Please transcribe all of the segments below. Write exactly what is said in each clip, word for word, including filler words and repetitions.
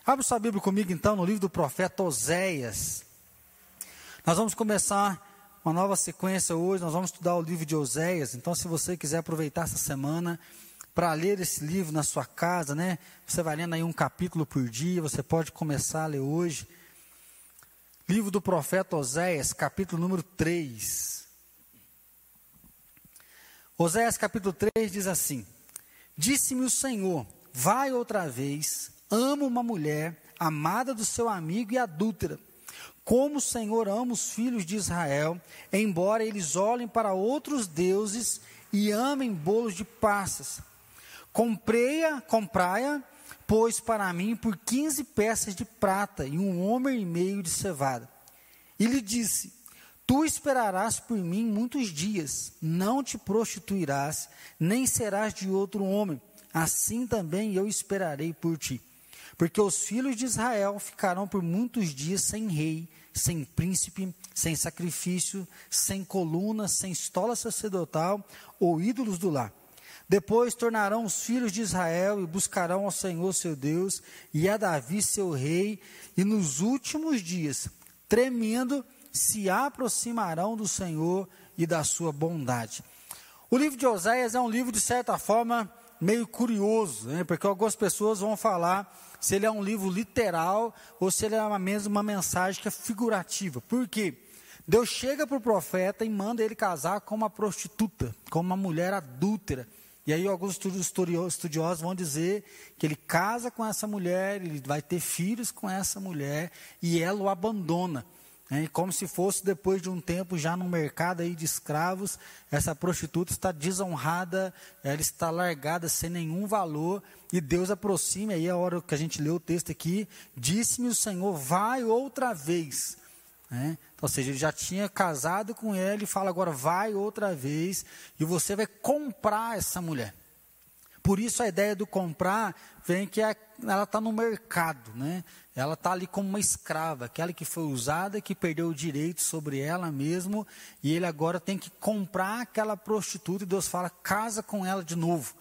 Abre sua Bíblia comigo então no livro do profeta Oséias. Nós vamos começar uma nova sequência hoje, nós vamos estudar o livro de Oséias. Então, se você quiser aproveitar essa semana para ler esse livro na sua casa, né? Você vai lendo aí um capítulo por dia, você pode começar a ler hoje. Livro do profeta Oséias, capítulo número três. Oséias capítulo três diz assim: Disse-me o Senhor, vai outra vez, amo uma mulher, amada do seu amigo e adúltera. Como o Senhor ama os filhos de Israel, embora eles olhem para outros deuses e amem bolos de passas. Comprei-a, comprai-a, pois para mim por quinze peças de prata e um homem e meio de cevada. E lhe disse: Tu esperarás por mim muitos dias, não te prostituirás, nem serás de outro homem. Assim também eu esperarei por ti. Porque os filhos de Israel ficarão por muitos dias sem rei, sem príncipe, sem sacrifício, sem coluna, sem estola sacerdotal ou ídolos do lar. Depois tornarão os filhos de Israel e buscarão ao Senhor seu Deus e a Davi seu rei, e nos últimos dias, tremendo, se aproximarão do Senhor e da sua bondade. O livro de Oséias é um livro, de certa forma, meio curioso, né? Porque algumas pessoas vão falar se ele é um livro literal ou se ele é uma, mesmo uma mensagem que é figurativa. Por quê? Deus chega para o profeta e manda ele casar com uma prostituta, com uma mulher adúltera. E aí alguns estudiosos vão dizer que ele casa com essa mulher, ele vai ter filhos com essa mulher e ela o abandona. É, como se fosse depois de um tempo já no mercado aí de escravos, essa prostituta está desonrada, ela está largada sem nenhum valor, e Deus aproxima, aí é a hora que a gente lê o texto aqui, disse-me o Senhor, vai outra vez. É, então, ou seja, ele já tinha casado com ela e fala agora, vai outra vez, e você vai comprar essa mulher. Por isso a ideia do comprar vem que é, ela está no mercado, né? Ela está ali como uma escrava, aquela que foi usada, que perdeu o direito sobre ela mesmo, e ele agora tem que comprar aquela prostituta, e Deus fala, casa com ela de novo.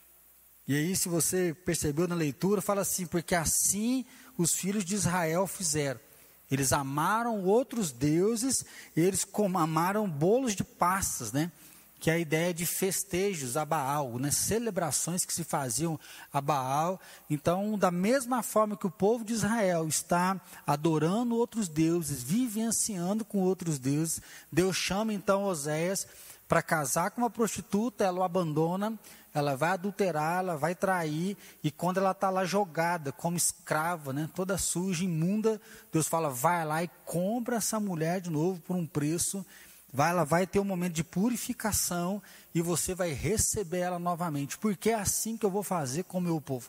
E aí, se você percebeu na leitura, fala assim, porque assim os filhos de Israel fizeram. Eles amaram outros deuses, eles amaram bolos de passas, né? Que é a ideia de festejos a Baal, né? Celebrações que se faziam a Baal. Então, da mesma forma que o povo de Israel está adorando outros deuses, vivenciando com outros deuses, Deus chama então Oséias para casar com uma prostituta, ela o abandona, ela vai adulterar, ela vai trair, e quando ela está lá jogada como escrava, né? Toda suja, imunda, Deus fala, vai lá e compra essa mulher de novo por um preço. Vai, ela vai ter um momento de purificação e você vai receber ela novamente. Porque é assim que eu vou fazer com o meu povo.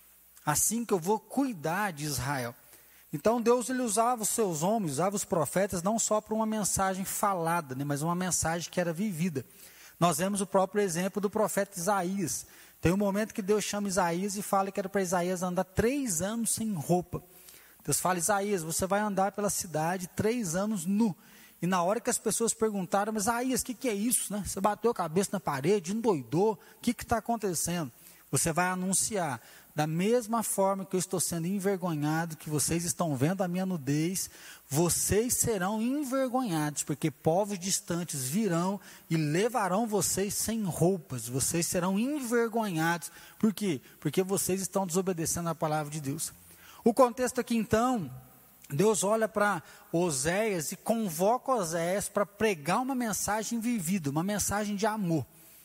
Assim que eu vou cuidar de Israel. Então Deus ele usava os seus homens, usava os profetas não só para uma mensagem falada, né, mas uma mensagem que era vivida. Nós vemos o próprio exemplo do profeta Isaías. Tem um momento que Deus chama Isaías e fala que era para Isaías andar três anos sem roupa. Deus fala, Isaías, você vai andar pela cidade três anos nu. E na hora que as pessoas perguntaram, mas Isaías, o que, que é isso? Né? Você bateu a cabeça na parede, endoidou, o que está acontecendo? Você vai anunciar, da mesma forma que eu estou sendo envergonhado, que vocês estão vendo a minha nudez, vocês serão envergonhados, porque povos distantes virão e levarão vocês sem roupas, vocês serão envergonhados. Por quê? Porque vocês estão desobedecendo a palavra de Deus. O contexto aqui então, Deus olha para Oséias e convoca Oséias para pregar uma mensagem vivida, uma mensagem de amor.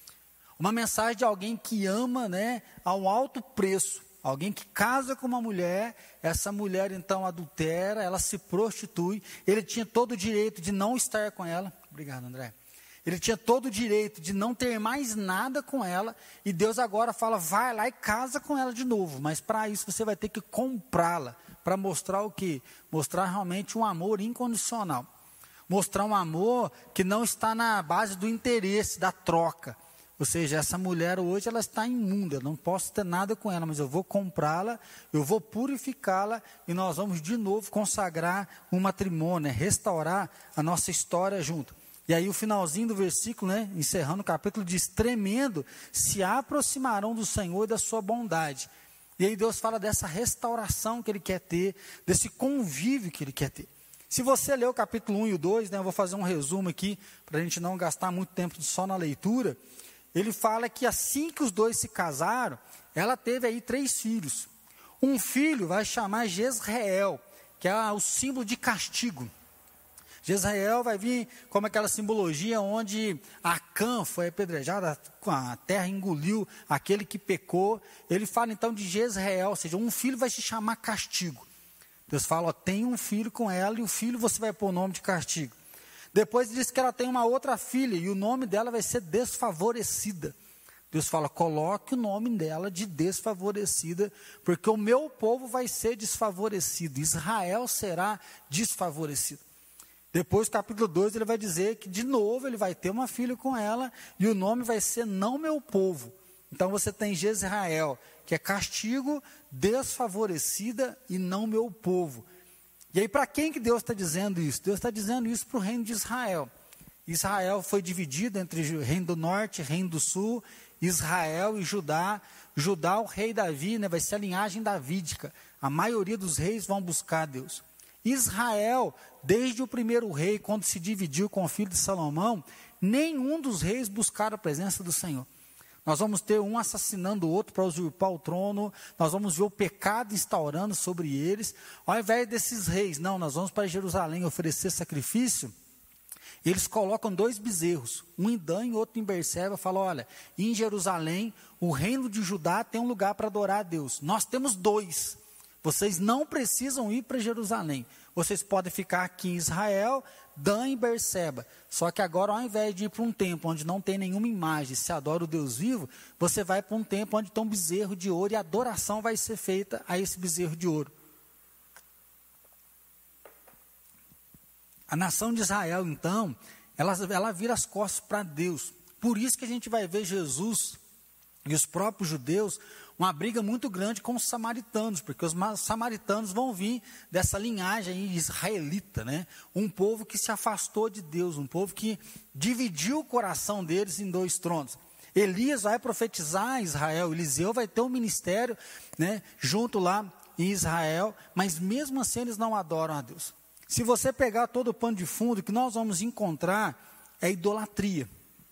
Uma mensagem de alguém que ama, né, a um alto preço. Alguém que casa com uma mulher, essa mulher então adultera, ela se prostitui. Ele tinha todo o direito de não estar com ela. Obrigado, André. Ele tinha todo o direito de não ter mais nada com ela. E Deus agora fala, vai lá e casa com ela de novo. Mas para isso você vai ter que comprá-la. Para mostrar o quê? Mostrar realmente um amor incondicional. Mostrar um amor que não está na base do interesse, da troca. Ou seja, essa mulher hoje ela está imunda, não posso ter nada com ela, mas eu vou comprá-la, eu vou purificá-la e nós vamos de novo consagrar um matrimônio, né? Restaurar a nossa história junto. E aí o finalzinho do versículo, né? Encerrando o capítulo, diz, tremendo, se aproximarão do Senhor e da sua bondade. E aí Deus fala dessa restauração que Ele quer ter, desse convívio que Ele quer ter. Se você ler o capítulo um e o dois, né, eu vou fazer um resumo aqui, para a gente não gastar muito tempo só na leitura. Ele fala que assim que os dois se casaram, ela teve aí três filhos. Um filho vai chamar Jezreel, que é o símbolo de castigo. Jezreel vai vir como aquela simbologia onde Acã foi apedrejada, a terra engoliu aquele que pecou. Ele fala então de Jezreel, ou seja, um filho vai se chamar castigo. Deus fala, ó, tem um filho com ela e o filho você vai pôr o nome de castigo. Depois diz que ela tem uma outra filha e o nome dela vai ser desfavorecida. Deus fala, coloque o nome dela de desfavorecida, porque o meu povo vai ser desfavorecido, Israel será desfavorecido. Depois, capítulo dois, ele vai dizer que de novo ele vai ter uma filha com ela e o nome vai ser não meu povo. Então você tem Jezreel, que é castigo, desfavorecida e não meu povo. E aí para quem que Deus está dizendo isso? Deus está dizendo isso para o reino de Israel. Israel foi dividido entre o reino do norte e o reino do sul, Israel e Judá. Judá, o rei Davi, né, vai ser a linhagem davídica. A maioria dos reis vão buscar Deus. Israel, desde o primeiro rei, quando se dividiu com o filho de Salomão, nenhum dos reis buscaram a presença do Senhor. Nós vamos ter um assassinando o outro para usurpar o trono, nós vamos ver o pecado instaurando sobre eles. Ao invés desses reis, não, nós vamos para Jerusalém oferecer sacrifício. Eles colocam dois bezerros, um em Dan e outro em Berseba, falam, olha, em Jerusalém, o reino de Judá tem um lugar para adorar a Deus. Nós temos dois, vocês não precisam ir para Jerusalém. Vocês podem ficar aqui em Israel, Dan e Berseba. Só que agora, ao invés de ir para um templo onde não tem nenhuma imagem, se adora o Deus vivo, você vai para um templo onde tem um bezerro de ouro e a adoração vai ser feita a esse bezerro de ouro. A nação de Israel, então, ela, ela vira as costas para Deus. Por isso que a gente vai ver Jesus e os próprios judeus, uma briga muito grande com os samaritanos, porque os samaritanos vão vir dessa linhagem israelita, né? Um povo que se afastou de Deus, um povo que dividiu o coração deles em dois tronos. Elias vai profetizar em Israel, Eliseu vai ter um ministério, né, junto lá em Israel, mas mesmo assim eles não adoram a Deus. Se você pegar todo o pano de fundo, o que nós vamos encontrar é idolatria.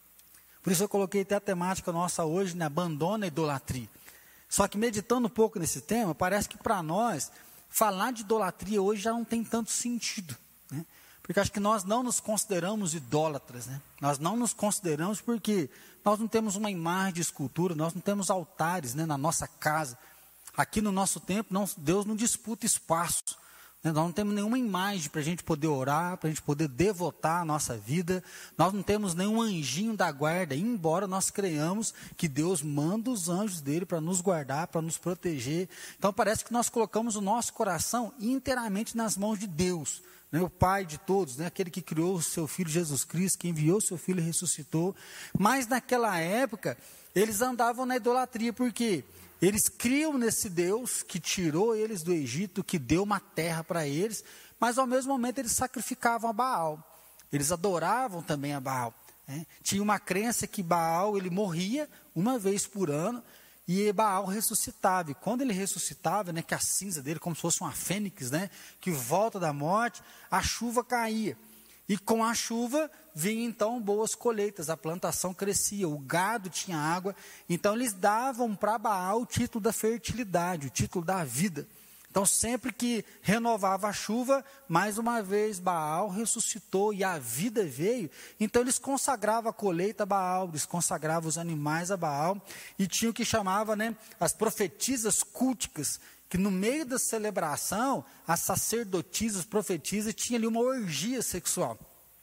Por isso eu coloquei até a temática nossa hoje, né, abandona a idolatria. Só que meditando um pouco nesse tema, parece que para nós, falar de idolatria hoje já não tem tanto sentido, né? Porque acho que nós não nos consideramos idólatras, né? Nós não nos consideramos porque nós não temos uma imagem de escultura, nós não temos altares, né, na nossa casa. Aqui no nosso tempo, não, Deus não disputa espaço. Nós não temos nenhuma imagem para a gente poder orar, para a gente poder devotar a nossa vida. Nós não temos nenhum anjinho da guarda, embora nós creiamos que Deus manda os anjos dele para nos guardar, para nos proteger. Então parece que nós colocamos o nosso coração inteiramente nas mãos de Deus, né, o Pai de todos, né, aquele que criou o seu Filho Jesus Cristo, que enviou o seu Filho e ressuscitou. Mas naquela época, eles andavam na idolatria, por quê? Eles criam nesse Deus que tirou eles do Egito, que deu uma terra para eles, mas ao mesmo momento eles sacrificavam a Baal. Eles adoravam também a Baal, né? Tinha uma crença que Baal ele morria uma vez por ano e Baal ressuscitava. E quando ele ressuscitava, né, que a cinza dele, como se fosse uma fênix, né, que volta da morte, a chuva caía. E com a chuva vinha então boas colheitas, a plantação crescia, o gado tinha água. Então eles davam para Baal o título da fertilidade, o título da vida. Então sempre que renovava a chuva, mais uma vez Baal ressuscitou e a vida veio. Então eles consagravam a colheita a Baal, eles consagravam os animais a Baal. E tinha o que chamava, né, as profetisas culticas, que no meio da celebração, as sacerdotisas, profetisas, tinha ali uma orgia sexual.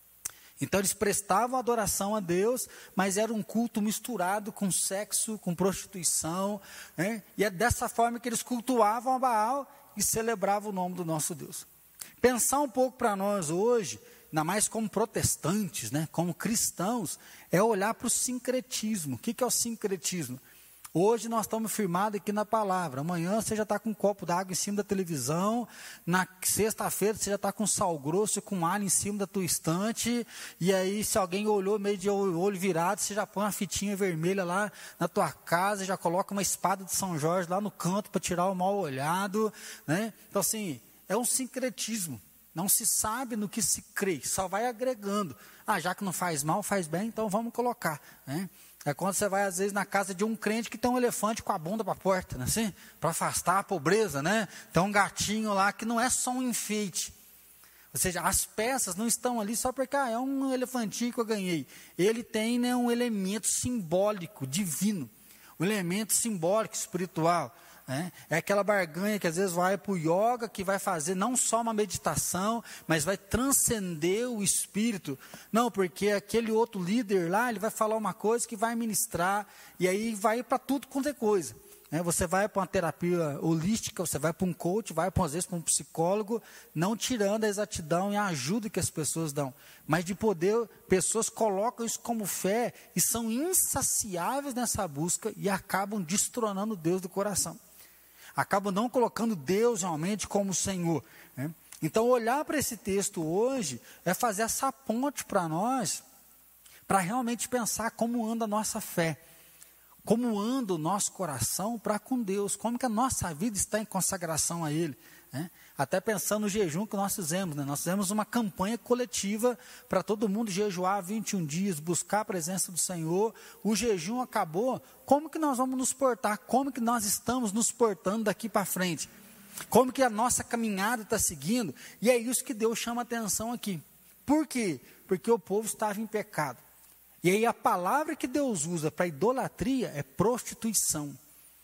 Então eles prestavam adoração a Deus, mas era um culto misturado com sexo, com prostituição, né? E é dessa forma que eles cultuavam a Baal e celebravam o nome do nosso Deus. Pensar um pouco para nós hoje, ainda mais como protestantes, né? Como cristãos, é olhar para o sincretismo. O que, que é o sincretismo? Hoje nós estamos firmados aqui na palavra. Amanhã você já está com um copo d'água em cima da televisão. Na sexta-feira você já está com sal grosso e com alho em cima da tua estante. E aí, se alguém olhou meio de olho virado, você já põe uma fitinha vermelha lá na tua casa, já coloca uma espada de São Jorge lá no canto para tirar o mal olhado, né? Então, assim, é um sincretismo. Não se sabe no que se crê, só vai agregando. Ah, já que não faz mal, faz bem, então vamos colocar, né? É quando você vai, às vezes, na casa de um crente que tem um elefante com a bunda para a porta, né? Assim, para afastar a pobreza, né? Tem um gatinho lá que não é só um enfeite. Ou seja, as peças não estão ali só porque ah, é um elefantinho que eu ganhei. Ele tem, né, um elemento simbólico, divino. Um elemento simbólico, espiritual. Né? É aquela barganha que às vezes vai para o yoga, que vai fazer não só uma meditação, mas vai transcender o espírito. Não, porque aquele outro líder lá, ele vai falar uma coisa que vai ministrar, e aí vai para tudo quanto é coisa. Né? Você vai para uma terapia holística, você vai para um coach, vai às vezes para um psicólogo, não tirando a exatidão e a ajuda que as pessoas dão. Mas de poder, pessoas colocam isso como fé e são insaciáveis nessa busca e acabam destronando Deus do coração. Acabam não colocando Deus realmente como Senhor. Né? Então, olhar para esse texto hoje é fazer essa ponte para nós, para realmente pensar como anda a nossa fé, como anda o nosso coração para com Deus, como que a nossa vida está em consagração a Ele. Né? Até pensando no jejum que nós fizemos, né? Nós fizemos uma campanha coletiva para todo mundo jejuar vinte e um dias, buscar a presença do Senhor. O jejum acabou, como que nós vamos nos portar? Como que nós estamos nos portando daqui para frente? Como que a nossa caminhada está seguindo? E é isso que Deus chama a atenção aqui. Por quê? Porque o povo estava em pecado. E aí a palavra que Deus usa para idolatria é prostituição.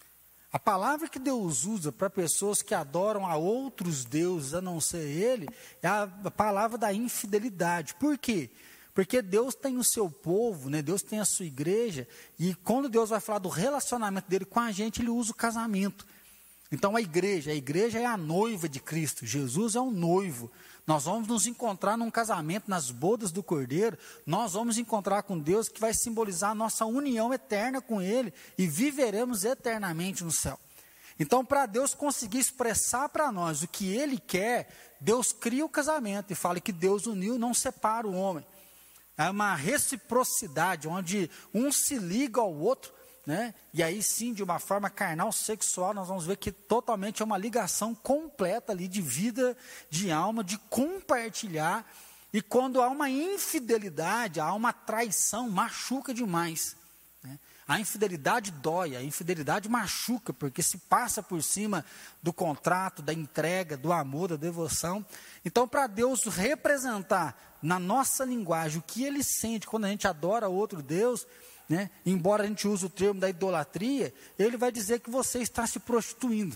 A palavra que Deus usa para pessoas que adoram a outros deuses, a não ser Ele, é a palavra da infidelidade. Por quê? Porque Deus tem o seu povo, né? Deus tem a sua igreja, e quando Deus vai falar do relacionamento dele com a gente, Ele usa o casamento. Então a igreja, a igreja é a noiva de Cristo, Jesus é o noivo. Nós vamos nos encontrar num casamento, nas bodas do Cordeiro, nós vamos encontrar com Deus que vai simbolizar a nossa união eterna com Ele e viveremos eternamente no céu. Então, para Deus conseguir expressar para nós o que Ele quer, Deus cria o casamento e fala que Deus uniu, não separa o homem. É uma reciprocidade, onde um se liga ao outro, né? E aí sim, de uma forma carnal, sexual, nós vamos ver que totalmente é uma ligação completa ali de vida, de alma, de compartilhar. E quando há uma infidelidade, há uma traição, machuca demais. Né? A infidelidade dói, a infidelidade machuca, porque se passa por cima do contrato, da entrega, do amor, da devoção. Então, para Deus representar na nossa linguagem o que Ele sente quando a gente adora outro Deus, né? Embora a gente use o termo da idolatria, Ele vai dizer que você está se prostituindo.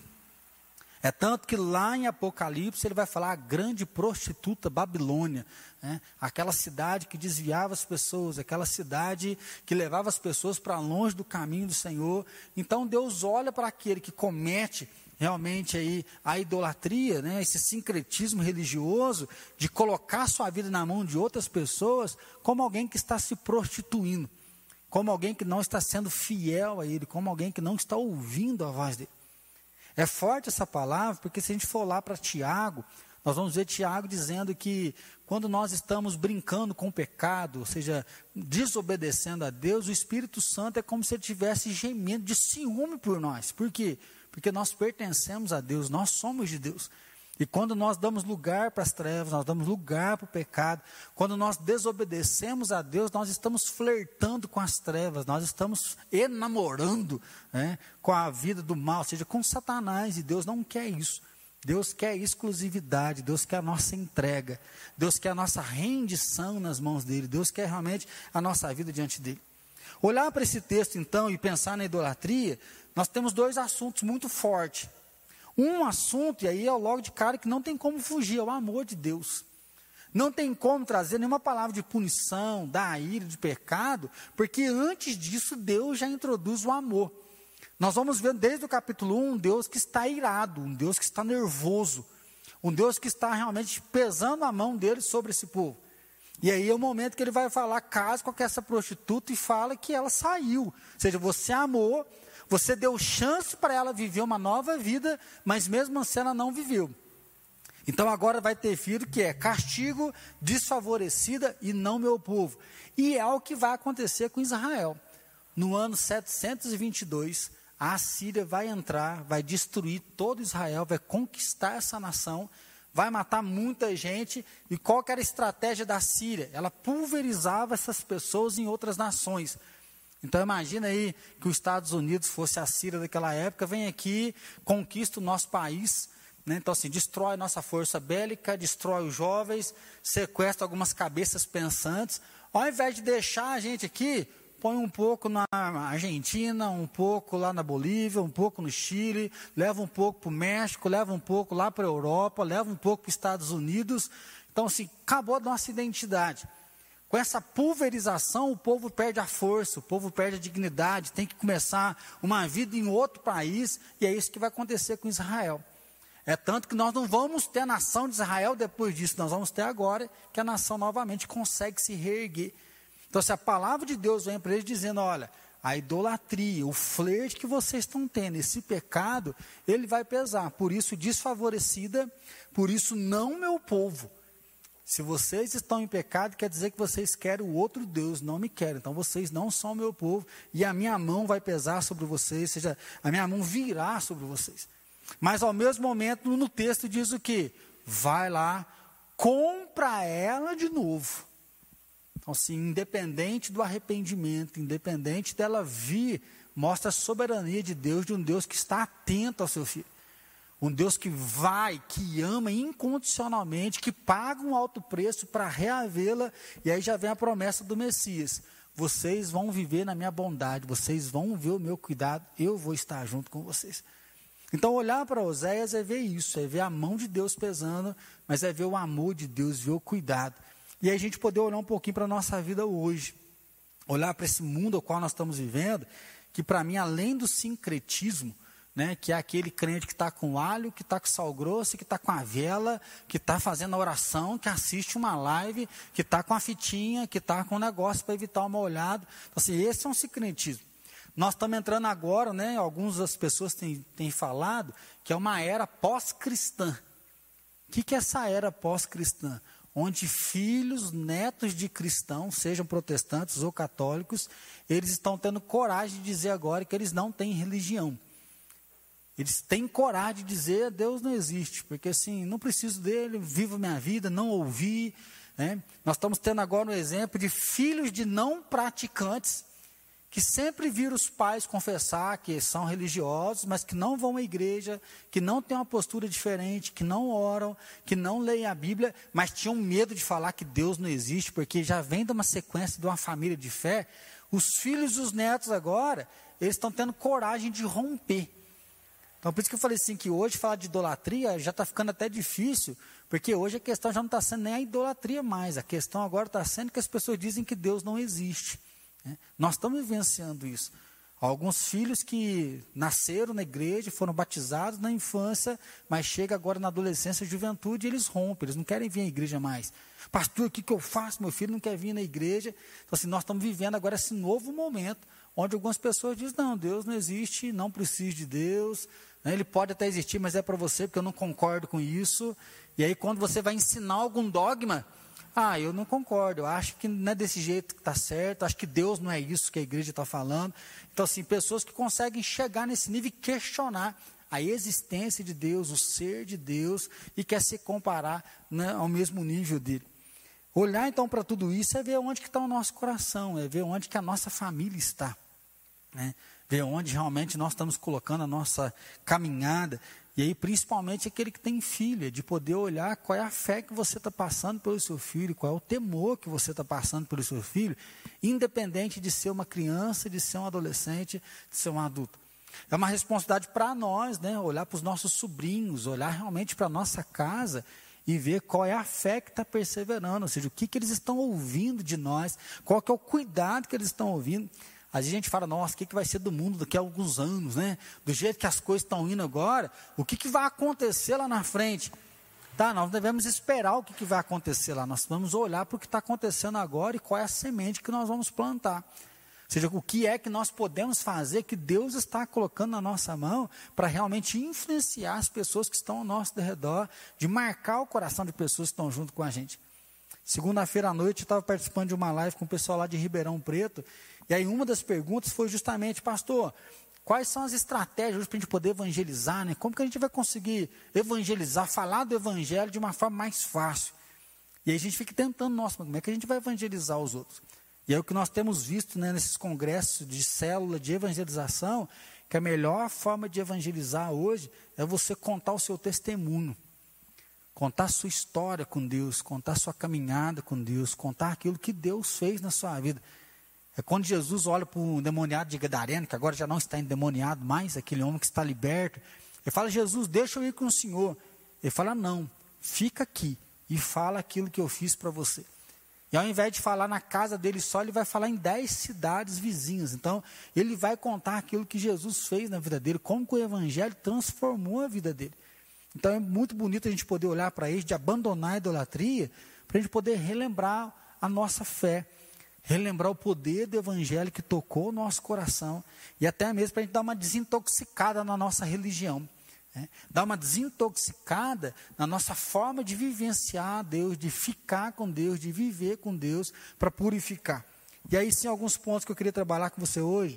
É tanto que lá em Apocalipse Ele vai falar a grande prostituta Babilônia, né? Aquela cidade que desviava as pessoas, aquela cidade que levava as pessoas para longe do caminho do Senhor. Então Deus olha para aquele que comete realmente aí a idolatria, né? Esse sincretismo religioso de colocar sua vida na mão de outras pessoas, como alguém que está se prostituindo, como alguém que não está sendo fiel a Ele, como alguém que não está ouvindo a voz dEle. É forte essa palavra, porque se a gente for lá para Tiago, nós vamos ver Tiago dizendo que quando nós estamos brincando com o pecado, ou seja, desobedecendo a Deus, o Espírito Santo é como se ele estivesse gemendo de ciúme por nós. Por quê? Porque nós pertencemos a Deus, nós somos de Deus. E quando nós damos lugar para as trevas, nós damos lugar para o pecado, quando nós desobedecemos a Deus, nós estamos flertando com as trevas, nós estamos enamorando, né, com a vida do mal, ou seja, com Satanás, e Deus não quer isso. Deus quer exclusividade, Deus quer a nossa entrega, Deus quer a nossa rendição nas mãos dEle, Deus quer realmente a nossa vida diante dEle. Olhar para esse texto então e pensar na idolatria, nós temos dois assuntos muito fortes. Um assunto, e aí é logo de cara que não tem como fugir, é o amor de Deus. Não tem como trazer nenhuma palavra de punição, da ira, de pecado, porque antes disso Deus já introduz o amor. Nós vamos ver desde o capítulo um um Deus que está irado, um Deus que está nervoso, um Deus que está realmente pesando a mão dele sobre esse povo. E aí é o momento que ele vai falar, casa com essa prostituta e fala que ela saiu. Ou seja, você amou, você deu chance para ela viver uma nova vida, mas mesmo assim ela não viveu. Então agora vai ter filho que é castigo, desfavorecida e não meu povo. E é o que vai acontecer com Israel. No ano setecentos e vinte e dois, a Assíria vai entrar, vai destruir todo Israel, vai conquistar essa nação, vai matar muita gente. E qual que era a estratégia da Síria? Ela pulverizava essas pessoas em outras nações. Então imagina aí que os Estados Unidos fosse a Síria daquela época, vem aqui, conquista o nosso país, né? Então assim, destrói nossa força bélica, destrói os jovens, sequestra algumas cabeças pensantes, ao invés de deixar a gente aqui, põe um pouco na Argentina, um pouco lá na Bolívia, um pouco no Chile, leva um pouco para o México, leva um pouco lá para a Europa, leva um pouco para os Estados Unidos. Então assim, acabou a nossa identidade. Com essa pulverização, o povo perde a força, o povo perde a dignidade, tem que começar uma vida em outro país, e é isso que vai acontecer com Israel. É tanto que nós não vamos ter a nação de Israel depois disso, nós vamos ter agora que a nação novamente consegue se reerguer. Então, se a palavra de Deus vem para eles dizendo, olha, a idolatria, o flerte que vocês estão tendo, esse pecado, ele vai pesar. Por isso, desfavorecida, por isso, não meu povo. Se vocês estão em pecado, quer dizer que vocês querem o outro Deus, não me querem. Então, vocês não são meu povo, e a minha mão vai pesar sobre vocês, ou seja, a minha mão virá sobre vocês. Mas, ao mesmo momento, no texto diz o quê? Vai lá, compra ela de novo. Então, assim, independente do arrependimento, independente dela vir, mostra a soberania de Deus, de um Deus que está atento ao seu filho. Um Deus que vai, que ama incondicionalmente, que paga um alto preço para reavê-la. E aí já vem a promessa do Messias. Vocês vão viver na minha bondade, vocês vão ver o meu cuidado, eu vou estar junto com vocês. Então olhar para Oséias é ver isso, é ver a mão de Deus pesando, mas é ver o amor de Deus, ver o cuidado. E aí a gente poder olhar um pouquinho para a nossa vida hoje. Olhar para esse mundo ao qual nós estamos vivendo, que para mim, além do sincretismo, né, que é aquele crente que está com alho, que está com sal grosso, que está com a vela, que está fazendo a oração, que assiste uma live, que está com a fitinha, que está com um negócio para evitar uma olhada. Então, assim, esse é um sincretismo. Nós estamos entrando agora, né, algumas das pessoas têm, têm falado, que é uma era pós-cristã. O que, que é essa era pós-cristã? Onde filhos, netos de cristãos, sejam protestantes ou católicos, eles estão tendo coragem de dizer agora que eles não têm religião. Eles têm coragem de dizer, Deus não existe, porque assim, não preciso dele, vivo minha vida, não ouvi. Né? Nós estamos tendo agora um exemplo de filhos de não praticantes, que sempre viram os pais confessar que são religiosos, mas que não vão à igreja, que não têm uma postura diferente, que não oram, que não leem a Bíblia, mas tinham medo de falar que Deus não existe, porque já vem de uma sequência de uma família de fé. Os filhos e os netos agora, eles estão tendo coragem de romper. Então, por isso que eu falei assim, que hoje falar de idolatria já está ficando até difícil, porque hoje a questão já não está sendo nem a idolatria mais, a questão agora está sendo que as pessoas dizem que Deus não existe. Né? Nós estamos vivenciando isso. Alguns filhos que nasceram na igreja, foram batizados na infância, mas chega agora na adolescência e juventude, eles rompem, eles não querem vir à igreja mais. Pastor, o que, que eu faço? Meu filho não quer vir na igreja. Então, assim, nós estamos vivendo agora esse novo momento, onde algumas pessoas dizem, não, Deus não existe, não preciso de Deus, né? Ele pode até existir, mas é para você, porque eu não concordo com isso. E aí, quando você vai ensinar algum dogma, ah, eu não concordo, eu acho que não é desse jeito que está certo, acho que Deus não é isso que a igreja está falando. Então, assim, pessoas que conseguem chegar nesse nível e questionar a existência de Deus, o ser de Deus, e quer se comparar, né, ao mesmo nível dele. Olhar, então, para tudo isso é ver onde que está o nosso coração, é ver onde que a nossa família está, né? Ver onde realmente nós estamos colocando a nossa caminhada. E aí, principalmente, aquele que tem filho, é de poder olhar qual é a fé que você está passando pelo seu filho, qual é o temor que você está passando pelo seu filho, independente de ser uma criança, de ser um adolescente, de ser um adulto. É uma responsabilidade para nós, né? Olhar para os nossos sobrinhos, olhar realmente para a nossa casa e ver qual é a fé que está perseverando, ou seja, o que, que eles estão ouvindo de nós, qual que é o cuidado que eles estão ouvindo. Às vezes a gente fala, nossa, o que, que vai ser do mundo daqui a alguns anos, né? Do jeito que as coisas estão indo agora, o que, que vai acontecer lá na frente? Tá, nós devemos esperar o que, que vai acontecer lá, nós vamos olhar para o que está acontecendo agora e qual é a semente que nós vamos plantar. seja, o que é que nós podemos fazer, que Deus está colocando na nossa mão, para realmente influenciar as pessoas que estão ao nosso redor, de marcar o coração de pessoas que estão junto com a gente. Segunda-feira à noite eu estava participando de uma live com o pessoal lá de Ribeirão Preto, e aí uma das perguntas foi justamente, pastor, quais são as estratégias para a gente poder evangelizar, né? Como que a gente vai conseguir evangelizar, falar do evangelho de uma forma mais fácil? E aí a gente fica tentando, nossa, como é que a gente vai evangelizar os outros? E aí o que nós temos visto, né, nesses congressos de célula de evangelização, que a melhor forma de evangelizar hoje é você contar o seu testemunho. Contar a sua história com Deus, contar a sua caminhada com Deus, contar aquilo que Deus fez na sua vida. É quando Jesus olha para o endemoniado de Gadareno, que agora já não está endemoniado mais, aquele homem que está liberto. Ele fala, Jesus, deixa eu ir com o Senhor. Ele fala, não, fica aqui e fala aquilo que eu fiz para você. E ao invés de falar na casa dele só, ele vai falar em dez cidades vizinhas. Então, ele vai contar aquilo que Jesus fez na vida dele, como que o evangelho transformou a vida dele. Então, é muito bonito a gente poder olhar para isso, de abandonar a idolatria, para a gente poder relembrar a nossa fé, relembrar o poder do evangelho que tocou o nosso coração, e até mesmo para a gente dar uma desintoxicada na nossa religião, né? Dar uma desintoxicada na nossa forma de vivenciar Deus, de ficar com Deus, de viver com Deus, para purificar. E aí sim, alguns pontos que eu queria trabalhar com você hoje.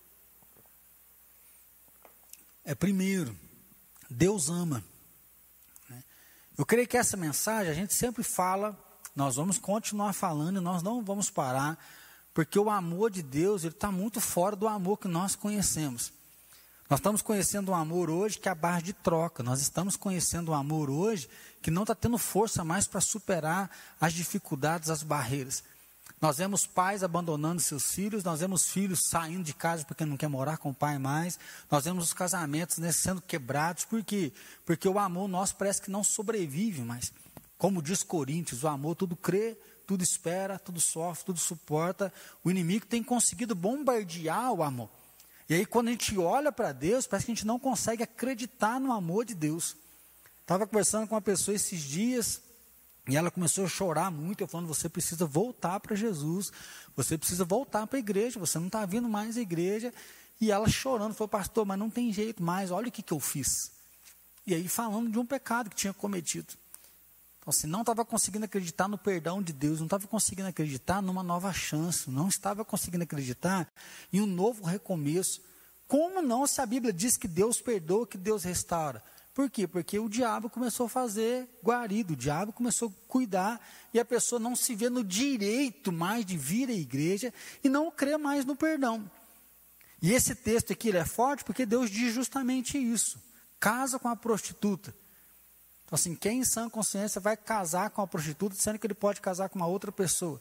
É primeiro, Deus ama. Né? Eu creio que essa mensagem a gente sempre fala, nós vamos continuar falando e nós não vamos parar, porque o amor de Deus ele está muito fora do amor que nós conhecemos. Nós estamos conhecendo um amor hoje que é a base de troca. Nós estamos conhecendo um amor hoje que não está tendo força mais para superar as dificuldades, as barreiras. Nós vemos pais abandonando seus filhos, nós vemos filhos saindo de casa porque não quer morar com o pai mais, nós vemos os casamentos, né, sendo quebrados. Por quê? Porque o amor nosso parece que não sobrevive mais. Como diz Coríntios, o amor tudo crê, tudo espera, tudo sofre, tudo suporta. O inimigo tem conseguido bombardear o amor. E aí quando a gente olha para Deus, parece que a gente não consegue acreditar no amor de Deus. Estava conversando com uma pessoa esses dias, e ela começou a chorar muito, eu falando, você precisa voltar para Jesus, você precisa voltar para a igreja, você não está vindo mais à igreja. E ela chorando, falou, pastor, mas não tem jeito mais, olha o que, que eu fiz. E aí falando de um pecado que tinha cometido. Então, assim, não estava conseguindo acreditar no perdão de Deus, não estava conseguindo acreditar numa nova chance, não estava conseguindo acreditar em um novo recomeço. Como não, se a Bíblia diz que Deus perdoa, que Deus restaura? Por quê? Porque o diabo começou a fazer guarida, o diabo começou a cuidar, e a pessoa não se vê no direito mais de vir à igreja e não crê mais no perdão. E esse texto aqui ele é forte porque Deus diz justamente isso. Casa com a prostituta. Então, assim, quem em sã consciência vai casar com a prostituta, sendo que ele pode casar com uma outra pessoa?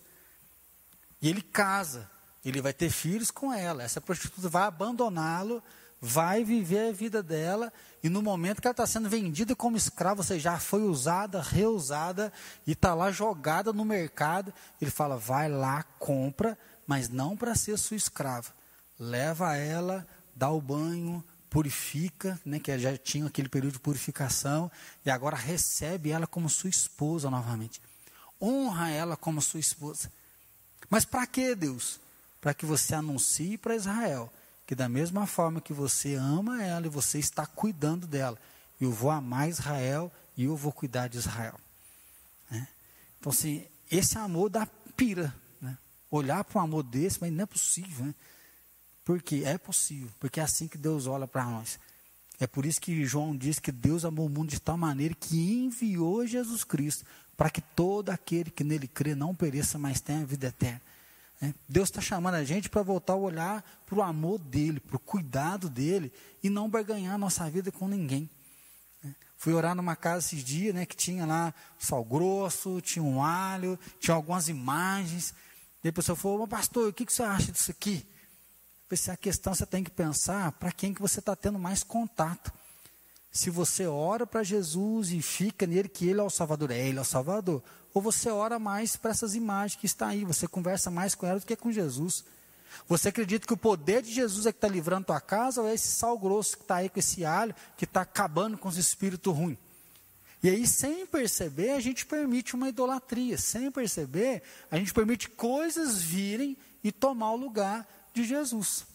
E ele casa, ele vai ter filhos com ela. Essa prostituta vai abandoná-lo, vai viver a vida dela, e no momento que ela está sendo vendida como escrava, ou seja, já foi usada, reusada, e está lá jogada no mercado, ele fala, vai lá, compra, mas não para ser sua escrava. Leva ela, dá o banho, purifica, né, que já tinha aquele período de purificação, e agora recebe ela como sua esposa novamente. Honra ela como sua esposa. Mas para que, Deus? Para que você anuncie para Israel, que da mesma forma que você ama ela e você está cuidando dela, eu vou amar Israel e eu vou cuidar de Israel. Né? Então, assim, esse amor dá pira. Né? Olhar para um amor desse, mas não é possível, né? Porque é possível, porque é assim que Deus olha para nós. É por isso que João diz que Deus amou o mundo de tal maneira que enviou Jesus Cristo, para que todo aquele que nele crê não pereça, mas tenha a vida eterna. É. Deus está chamando a gente para voltar a olhar para o amor dele, para o cuidado dele, e não barganhar a nossa vida com ninguém. É. Fui orar numa casa esses dias, né, que tinha lá sal grosso, tinha um alho, tinha algumas imagens. E a pessoa falou, mas pastor, o que, que você acha disso aqui? Se a questão você tem que pensar para quem que você está tendo mais contato. Se você ora para Jesus e fica nele que ele é o Salvador, é ele é o Salvador. Ou você ora mais para essas imagens que estão aí, você conversa mais com ela do que com Jesus. Você acredita que o poder de Jesus é que está livrando tua casa, ou é esse sal grosso que está aí com esse alho, que está acabando com os espíritos ruins? E aí, sem perceber, a gente permite uma idolatria. Sem perceber, a gente permite coisas virem e tomar o lugar de Jesus.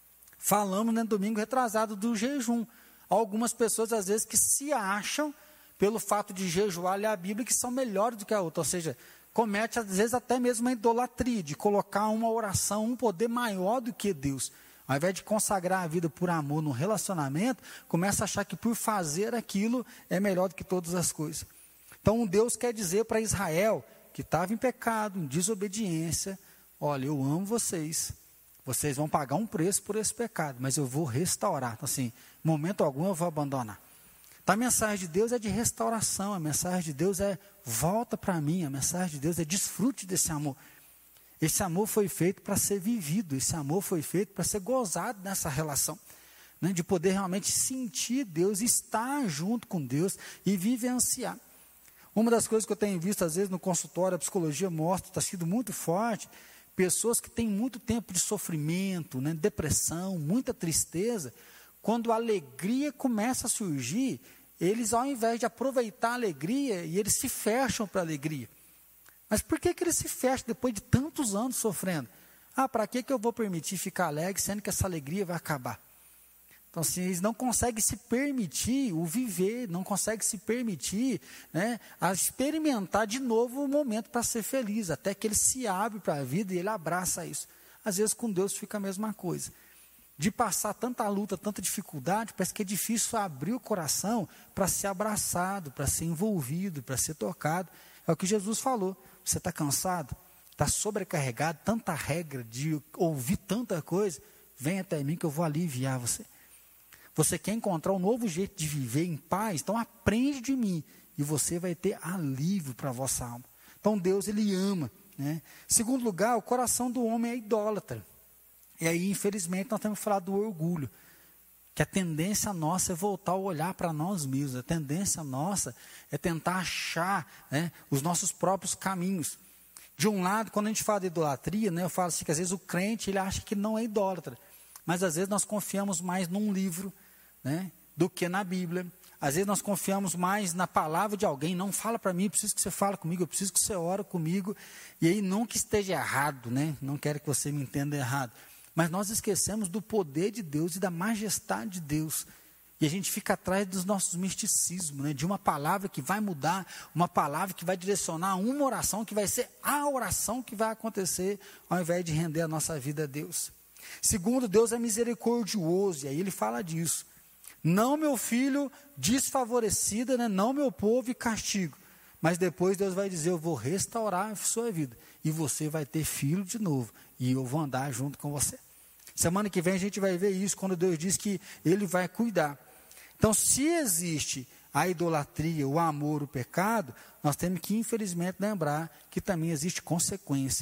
Falamos no domingo retrasado do jejum. Algumas pessoas, às vezes, que se acham, pelo fato de jejuar, ler a Bíblia, que são melhores do que a outra. Ou seja, comete, às vezes, até mesmo a idolatria, de colocar uma oração, um poder maior do que Deus. Ao invés de consagrar a vida por amor no relacionamento, começa a achar que por fazer aquilo é melhor do que todas as coisas. Então, Deus quer dizer para Israel, que estava em pecado, em desobediência, olha, eu amo vocês, vocês vão pagar um preço por esse pecado, mas eu vou restaurar. Então, assim, momento algum eu vou abandonar. Então, a mensagem de Deus é de restauração, a mensagem de Deus é volta para mim, a mensagem de Deus é desfrute desse amor. Esse amor foi feito para ser vivido, esse amor foi feito para ser gozado nessa relação, né, de poder realmente sentir Deus, estar junto com Deus e vivenciar. Uma das coisas que eu tenho visto, às vezes, no consultório, a psicologia mostra, está sendo muito forte, pessoas que têm muito tempo de sofrimento, né, depressão, muita tristeza, quando a alegria começa a surgir, eles, ao invés de aproveitar a alegria, e eles se fecham para a alegria. Mas por que, que eles se fecham depois de tantos anos sofrendo? Ah, para que, que eu vou permitir ficar alegre, sendo que essa alegria vai acabar? Então, assim, eles não conseguem se permitir o viver, não conseguem se permitir, né, a experimentar de novo o momento para ser feliz, até que ele se abre para a vida e ele abraça isso. Às vezes com Deus fica a mesma coisa. De passar tanta luta, tanta dificuldade, parece que é difícil abrir o coração para ser abraçado, para ser envolvido, para ser tocado. É o que Jesus falou. Você está cansado? Está sobrecarregado, tanta regra de ouvir tanta coisa? Vem até mim que eu vou aliviar você. Você quer encontrar um novo jeito de viver em paz? Então aprende de mim e você vai ter alívio para a vossa alma. Então Deus, Ele ama, né? Segundo lugar, o coração do homem é idólatra. E aí, infelizmente, nós temos que falar do orgulho. Que a tendência nossa é voltar a olhar para nós mesmos. A tendência nossa é tentar achar, né, os nossos próprios caminhos. De um lado, quando a gente fala de idolatria, né, eu falo assim que às vezes o crente ele acha que não é idólatra. Mas às vezes nós confiamos mais num livro, né, do que na Bíblia. Às vezes nós confiamos mais na palavra de alguém. Não fala para mim, eu preciso que você fale comigo, eu preciso que você ore comigo. E aí não que esteja errado, né? Não quero que você me entenda errado. Mas nós esquecemos do poder de Deus e da majestade de Deus. E a gente fica atrás dos nossos misticismos, né? De uma palavra que vai mudar, uma palavra que vai direcionar uma oração, que vai ser a oração que vai acontecer, ao invés de render a nossa vida a Deus. Segundo, Deus é misericordioso, e aí ele fala disso. Não meu filho desfavorecido, né? Não meu povo e castigo. Mas depois Deus vai dizer, eu vou restaurar a sua vida. E você vai ter filho de novo. E eu vou andar junto com você. Semana que vem a gente vai ver isso, quando Deus diz que Ele vai cuidar. Então, se existe a idolatria, o amor, o pecado, nós temos que, infelizmente, lembrar que também existe consequência.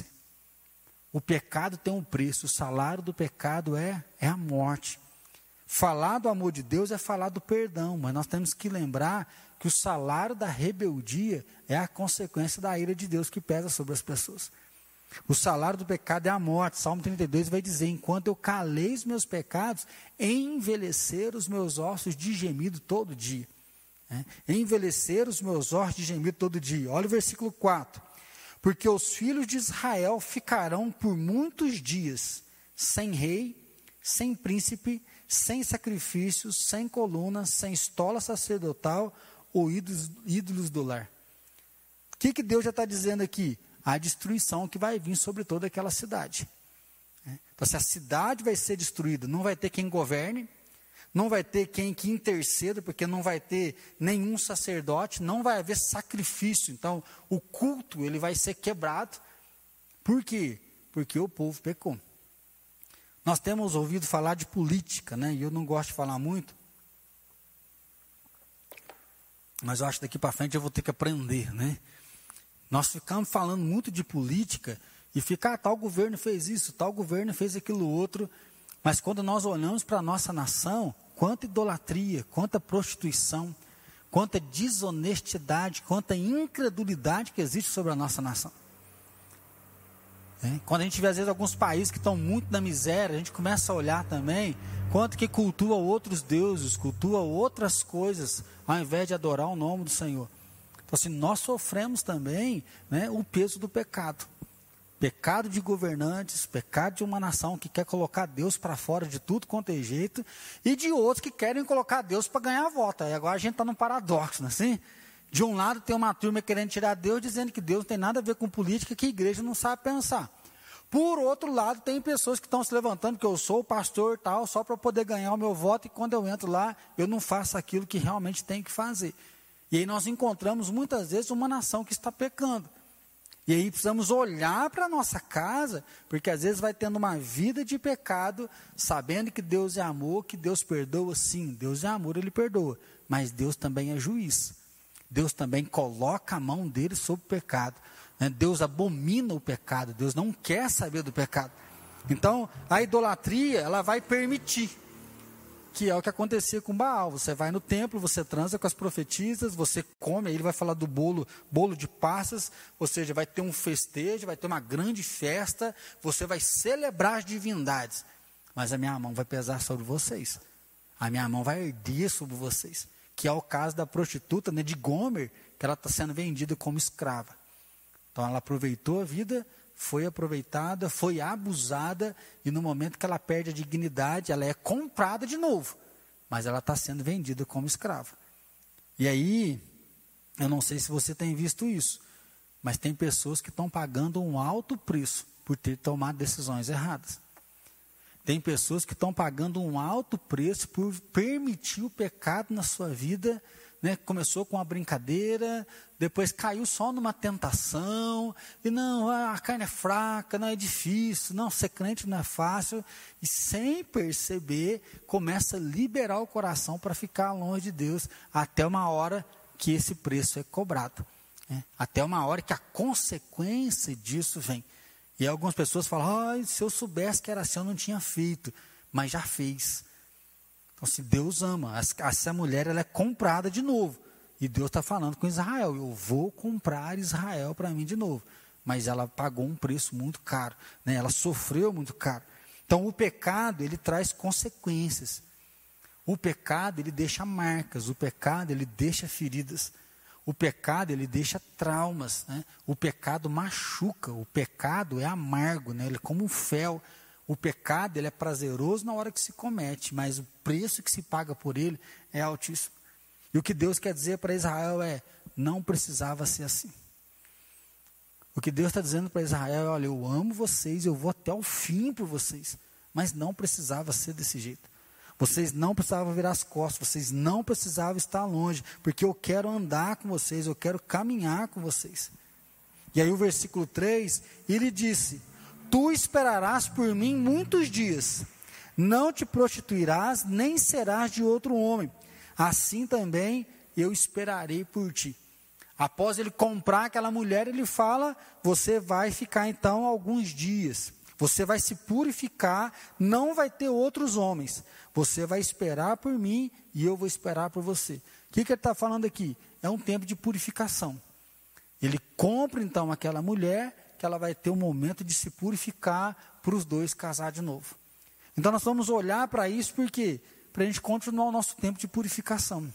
O pecado tem um preço, o salário do pecado é, é a morte. Falar do amor de Deus é falar do perdão, mas nós temos que lembrar que o salário da rebeldia é a consequência da ira de Deus que pesa sobre as pessoas. O salário do pecado é a morte. Salmo trinta e dois vai dizer, enquanto eu calei os meus pecados, envelhecer os meus ossos de gemido todo dia. É? Envelhecer os meus ossos de gemido todo dia. Olha o versículo quatro. Porque os filhos de Israel ficarão por muitos dias sem rei, sem príncipe, sem sacrifícios, sem coluna, sem estola sacerdotal ou ídolos, ídolos do lar. O que, que Deus já está dizendo aqui? A destruição que vai vir sobre toda aquela cidade. Então, se a cidade vai ser destruída, não vai ter quem governe, não vai ter quem que interceda, porque não vai ter nenhum sacerdote, não vai haver sacrifício. Então, o culto ele vai ser quebrado. Por quê? Porque o povo pecou. Nós temos ouvido falar de política, né? E eu não gosto de falar muito, mas eu acho que daqui para frente eu vou ter que aprender, né? Nós ficamos falando muito de política e fica, ah, tal governo fez isso, tal governo fez aquilo outro, mas quando nós olhamos para a nossa nação, quanta idolatria, quanta prostituição, quanta desonestidade, quanta incredulidade que existe sobre a nossa nação. É, quando a gente vê às vezes alguns países que estão muito na miséria, a gente começa a olhar também quanto que cultua outros deuses, cultua outras coisas, ao invés de adorar o nome do Senhor. Então, assim, nós sofremos também, né, o peso do pecado. Pecado de governantes, pecado de uma nação que quer colocar Deus para fora de tudo quanto é jeito, e de outros que querem colocar Deus para ganhar a voto. E agora a gente está num paradoxo, não é assim? De um lado tem uma turma querendo tirar Deus, dizendo que Deus não tem nada a ver com política, que a igreja não sabe pensar. Por outro lado, tem pessoas que estão se levantando, que eu sou o pastor tal, só para poder ganhar o meu voto, e quando eu entro lá, eu não faço aquilo que realmente tenho que fazer. E aí nós encontramos muitas vezes uma nação que está pecando. E aí precisamos olhar para a nossa casa, porque às vezes vai tendo uma vida de pecado, sabendo que Deus é amor, que Deus perdoa, sim, Deus é amor, Ele perdoa, mas Deus também é juiz. Deus também coloca a mão dele sobre o pecado. Né? Deus abomina o pecado, Deus não quer saber do pecado. Então, a idolatria, ela vai permitir, que é o que acontecia com Baal. Você vai no templo, você transa com as profetisas, você come, aí ele vai falar do bolo, bolo de passas, ou seja, vai ter um festejo, vai ter uma grande festa, você vai celebrar as divindades, mas a minha mão vai pesar sobre vocês, a minha mão vai erguer sobre vocês, que é o caso da prostituta, né, de Gomer, que ela está sendo vendida como escrava. Então ela aproveitou a vida, foi aproveitada, foi abusada, e no momento que ela perde a dignidade, ela é comprada de novo, mas ela está sendo vendida como escrava. E aí, eu não sei se você tem visto isso, mas tem pessoas que estão pagando um alto preço por ter tomado decisões erradas. Tem pessoas que estão pagando um alto preço por permitir o pecado na sua vida, né? Começou com uma brincadeira, depois caiu só numa tentação, e não, a carne é fraca, não é difícil, não, ser crente não é fácil, e sem perceber, começa a liberar o coração para ficar longe de Deus, até uma hora que esse preço é cobrado, né? Até uma hora que a consequência disso vem. E algumas pessoas falam, ah, se eu soubesse que era assim, eu não tinha feito, mas já fez. Então, se Deus ama, essa mulher ela é comprada de novo. E Deus está falando com Israel, eu vou comprar Israel para mim de novo. Mas ela pagou um preço muito caro, né? Ela sofreu muito caro. Então, o pecado, ele traz consequências. O pecado, ele deixa marcas. O pecado, ele deixa feridas. O pecado, ele deixa traumas, né? O pecado machuca. O pecado é amargo, né? Ele é como um fel. O pecado, ele é prazeroso na hora que se comete, mas o preço que se paga por ele é altíssimo. E o que Deus quer dizer para Israel é, não precisava ser assim. O que Deus está dizendo para Israel é, olha, eu amo vocês, eu vou até o fim por vocês, mas não precisava ser desse jeito. Vocês não precisavam virar as costas, vocês não precisavam estar longe, porque eu quero andar com vocês, eu quero caminhar com vocês. E aí o versículo três, ele disse, tu esperarás por mim muitos dias, não te prostituirás, nem serás de outro homem, assim também eu esperarei por ti. Após ele comprar aquela mulher, ele fala, você vai ficar então alguns dias, você vai se purificar, não vai ter outros homens, você vai esperar por mim e eu vou esperar por você. O que, que ele está falando aqui? É um tempo de purificação. Ele compra então aquela mulher, que ela vai ter um momento de se purificar para os dois casar de novo. Então nós vamos olhar para isso, porque para a gente continuar o nosso tempo de purificação.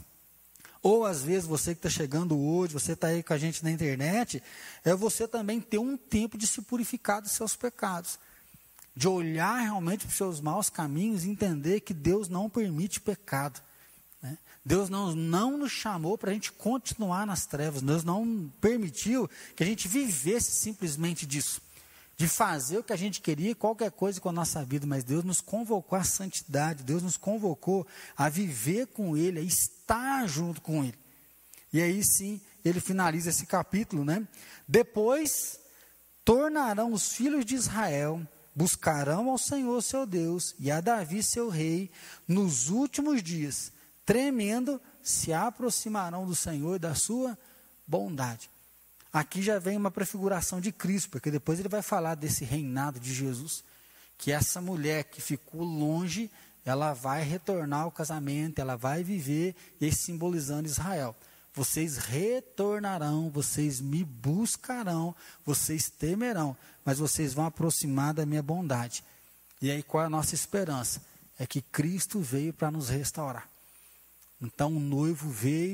Ou às vezes você que está chegando hoje, você está aí com a gente na internet, é você também ter um tempo de se purificar dos seus pecados. De olhar realmente para os seus maus caminhos e entender que Deus não permite pecado. Né? Deus não, não nos chamou para a gente continuar nas trevas. Deus não permitiu que a gente vivesse simplesmente disso. De fazer o que a gente queria, qualquer coisa com a nossa vida. Mas Deus nos convocou à santidade. Deus nos convocou a viver com Ele, a estar junto com Ele. E aí sim, ele finaliza esse capítulo, né? Depois, tornarão os filhos de Israel, buscarão ao Senhor seu Deus e a Davi seu rei, nos últimos dias, tremendo, se aproximarão do Senhor e da sua bondade. Aqui já vem uma prefiguração de Cristo, porque depois ele vai falar desse reinado de Jesus, que essa mulher que ficou longe, ela vai retornar ao casamento, ela vai viver, e simbolizando Israel. Vocês retornarão, vocês me buscarão, vocês temerão, mas vocês vão aproximar da minha bondade. E aí qual é a nossa esperança? É que Cristo veio para nos restaurar. Então o noivo veio,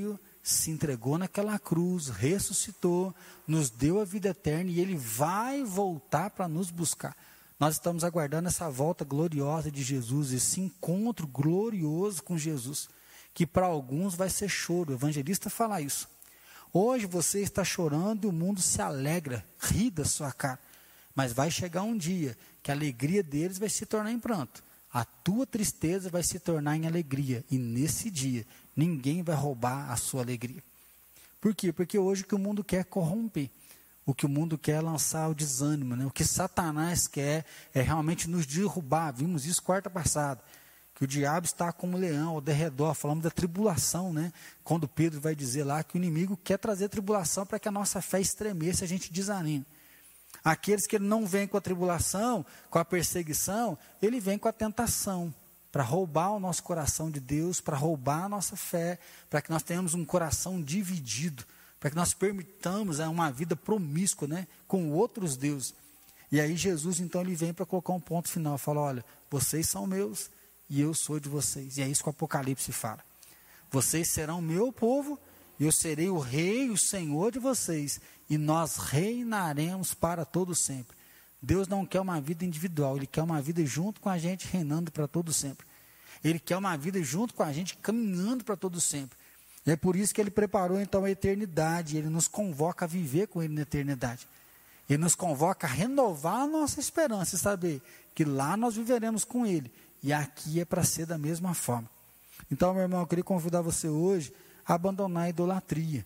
se entregou naquela cruz, ressuscitou, nos deu a vida eterna e Ele vai voltar para nos buscar. Nós estamos aguardando essa volta gloriosa de Jesus, esse encontro glorioso com Jesus, que para alguns vai ser choro. O evangelista fala isso. Hoje você está chorando e o mundo se alegra, ri da sua cara. Mas vai chegar um dia que a alegria deles vai se tornar em pranto. A tua tristeza vai se tornar em alegria. E nesse dia, ninguém vai roubar a sua alegria. Por quê? Porque hoje o que o mundo quer é corromper. O que o mundo quer é lançar o desânimo, né? O que Satanás quer é realmente nos derrubar. Vimos isso quarta passada. Que o diabo está como um leão ao derredor. Falamos da tribulação, né? Quando Pedro vai dizer lá que o inimigo quer trazer tribulação para que a nossa fé estremeça e a gente desanime. Aqueles que ele não vem com a tribulação, com a perseguição, ele vem com a tentação, para roubar o nosso coração de Deus, para roubar a nossa fé, para que nós tenhamos um coração dividido, para que nós permitamos é, uma vida promíscua, né, com outros deuses. E aí Jesus, então, ele vem para colocar um ponto final, fala, olha, vocês são meus e eu sou de vocês. E é isso que o Apocalipse fala. Vocês serão meu povo, e eu serei o rei, o Senhor de vocês, e nós reinaremos para todo sempre. Deus não quer uma vida individual, Ele quer uma vida junto com a gente, reinando para todo sempre. Ele quer uma vida junto com a gente, caminhando para todo sempre. E é por isso que Ele preparou então a eternidade, Ele nos convoca a viver com Ele na eternidade. Ele nos convoca a renovar a nossa esperança e saber que lá nós viveremos com Ele, e aqui é para ser da mesma forma. Então, meu irmão, eu queria convidar você hoje a abandonar a idolatria,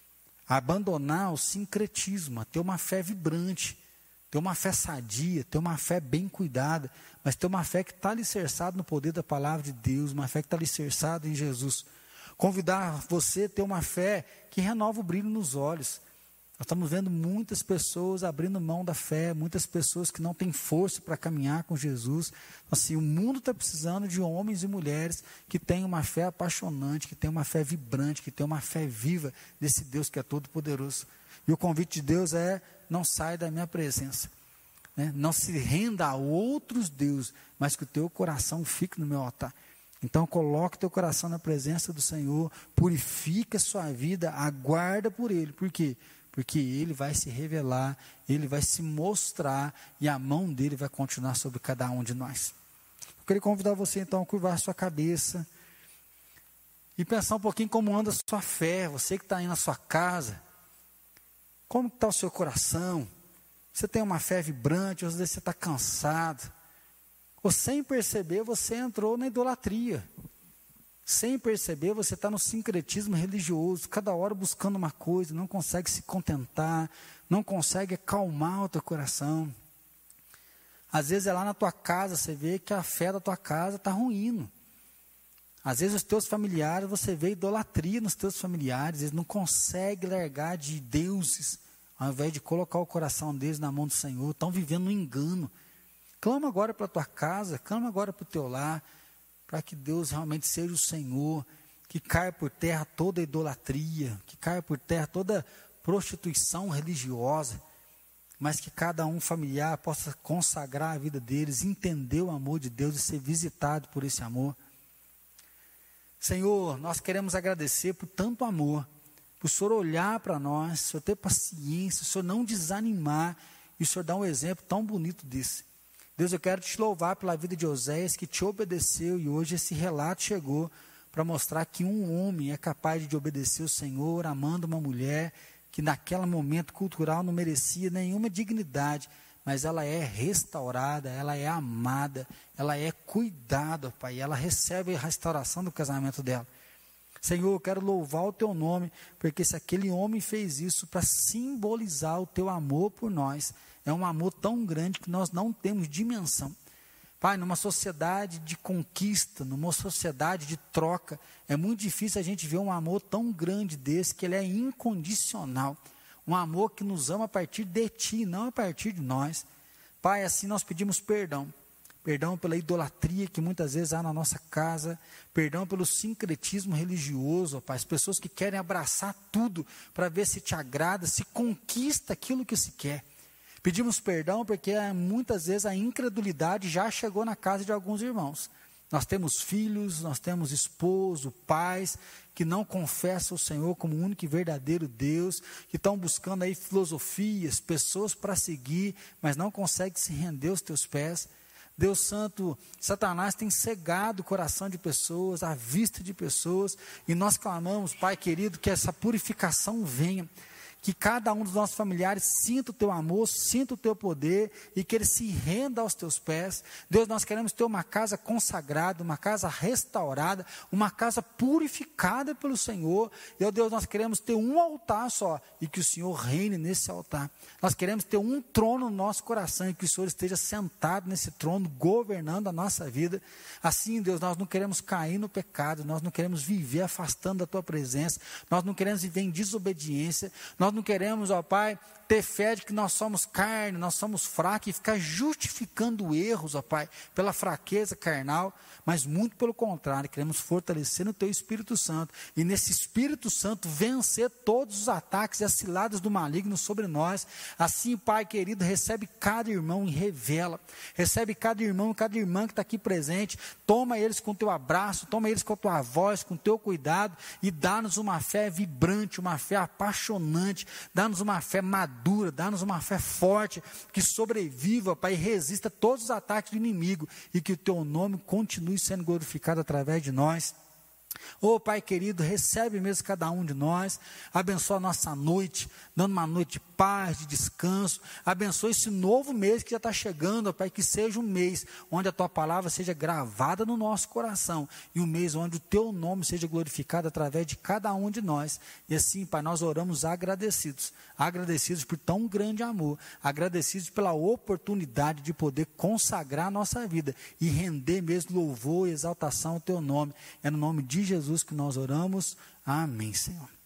a abandonar o sincretismo, a ter uma fé vibrante, ter uma fé sadia, ter uma fé bem cuidada, mas ter uma fé que está alicerçada no poder da palavra de Deus, uma fé que está alicerçada em Jesus. Convidar você a ter uma fé que renova o brilho nos olhos. Nós estamos vendo muitas pessoas abrindo mão da fé, muitas pessoas que não têm força para caminhar com Jesus. Assim, o mundo está precisando de homens e mulheres que tenham uma fé apaixonante, que tenham uma fé vibrante, que tenham uma fé viva desse Deus que é todo poderoso. E o convite de Deus é, não saia da minha presença, né? Não se renda a outros deuses, mas que o teu coração fique no meu altar. Então coloque o teu coração na presença do Senhor, purifica a sua vida, aguarda por Ele. Por quê? Porque Ele vai se revelar, Ele vai se mostrar e a mão dEle vai continuar sobre cada um de nós. Eu queria convidar você então a curvar a sua cabeça e pensar um pouquinho como anda a sua fé, você que está aí na sua casa, como está o seu coração? Você tem uma fé vibrante, ou às vezes você está cansado, ou sem perceber você entrou na idolatria. Sem perceber, você está no sincretismo religioso, cada hora buscando uma coisa, não consegue se contentar, não consegue acalmar o teu coração. Às vezes é lá na tua casa, você vê que a fé da tua casa está ruindo. Às vezes os teus familiares, você vê idolatria nos teus familiares, eles não conseguem largar de deuses, ao invés de colocar o coração deles na mão do Senhor, estão vivendo um engano. Clama agora para a tua casa, clama agora para o teu lar, para que Deus realmente seja o Senhor, que caia por terra toda a idolatria, que caia por terra toda prostituição religiosa, mas que cada um familiar possa consagrar a vida deles, entender o amor de Deus e ser visitado por esse amor. Senhor, nós queremos agradecer por tanto amor, por o Senhor olhar para nós, o Senhor ter paciência, o Senhor não desanimar, e o Senhor dar um exemplo tão bonito desse. Deus, eu quero te louvar pela vida de Oséias, que te obedeceu, e hoje esse relato chegou para mostrar que um homem é capaz de obedecer o Senhor, amando uma mulher que naquele momento cultural não merecia nenhuma dignidade, mas ela é restaurada, ela é amada, ela é cuidada, Pai, e ela recebe a restauração do casamento dela. Senhor, eu quero louvar o teu nome, porque se aquele homem fez isso para simbolizar o teu amor por nós, é um amor tão grande que nós não temos dimensão. Pai, numa sociedade de conquista, numa sociedade de troca, é muito difícil a gente ver um amor tão grande desse, que ele é incondicional. Um amor que nos ama a partir de ti, não a partir de nós. Pai, assim nós pedimos perdão. Perdão pela idolatria que muitas vezes há na nossa casa. Perdão pelo sincretismo religioso, ó Pai. As pessoas que querem abraçar tudo para ver se te agrada, se conquista aquilo que se quer. Pedimos perdão porque muitas vezes a incredulidade já chegou na casa de alguns irmãos. Nós temos filhos, nós temos esposo, pais, que não confessam o Senhor como o único e verdadeiro Deus, que estão buscando aí filosofias, pessoas para seguir, mas não conseguem se render aos teus pés. Deus Santo, Satanás tem cegado o coração de pessoas, a vista de pessoas, e nós clamamos, Pai querido, que essa purificação venha, que cada um dos nossos familiares sinta o teu amor, sinta o teu poder, e que ele se renda aos teus pés. Deus, nós queremos ter uma casa consagrada, uma casa restaurada, uma casa purificada pelo Senhor, e ó Deus, nós queremos ter um altar só, e que o Senhor reine nesse altar. Nós queremos ter um trono no nosso coração, e que o Senhor esteja sentado nesse trono, governando a nossa vida. Assim, Deus, nós não queremos cair no pecado, nós não queremos viver afastando da tua presença, nós não queremos viver em desobediência, nós não queremos, ó Pai, ter fé de que nós somos carne, nós somos fracos, e ficar justificando erros, ó Pai, pela fraqueza carnal, mas muito pelo contrário, queremos fortalecer no teu Espírito Santo, e nesse Espírito Santo vencer todos os ataques e as ciladas do maligno sobre nós. Assim, Pai querido, recebe cada irmão e revela, recebe cada irmão e cada irmã que está aqui presente, toma eles com o teu abraço, toma eles com a tua voz, com o teu cuidado, e dá-nos uma fé vibrante, uma fé apaixonante, dá-nos uma fé madura, dá-nos uma fé forte, que sobreviva, Pai, e resista a todos os ataques do inimigo, e que o teu nome continue sendo glorificado através de nós. Oh Pai querido, recebe mesmo cada um de nós, abençoa a nossa noite, dando uma noite de paz, de descanso, abençoa esse novo mês que já está chegando, ó Pai, que seja um mês onde a tua palavra seja gravada no nosso coração, e um mês onde o teu nome seja glorificado através de cada um de nós. E assim, Pai, nós oramos agradecidos, agradecidos por tão grande amor, agradecidos pela oportunidade de poder consagrar a nossa vida, e render mesmo louvor e exaltação ao teu nome. É no nome de Jesus que nós oramos. Amém, Senhor.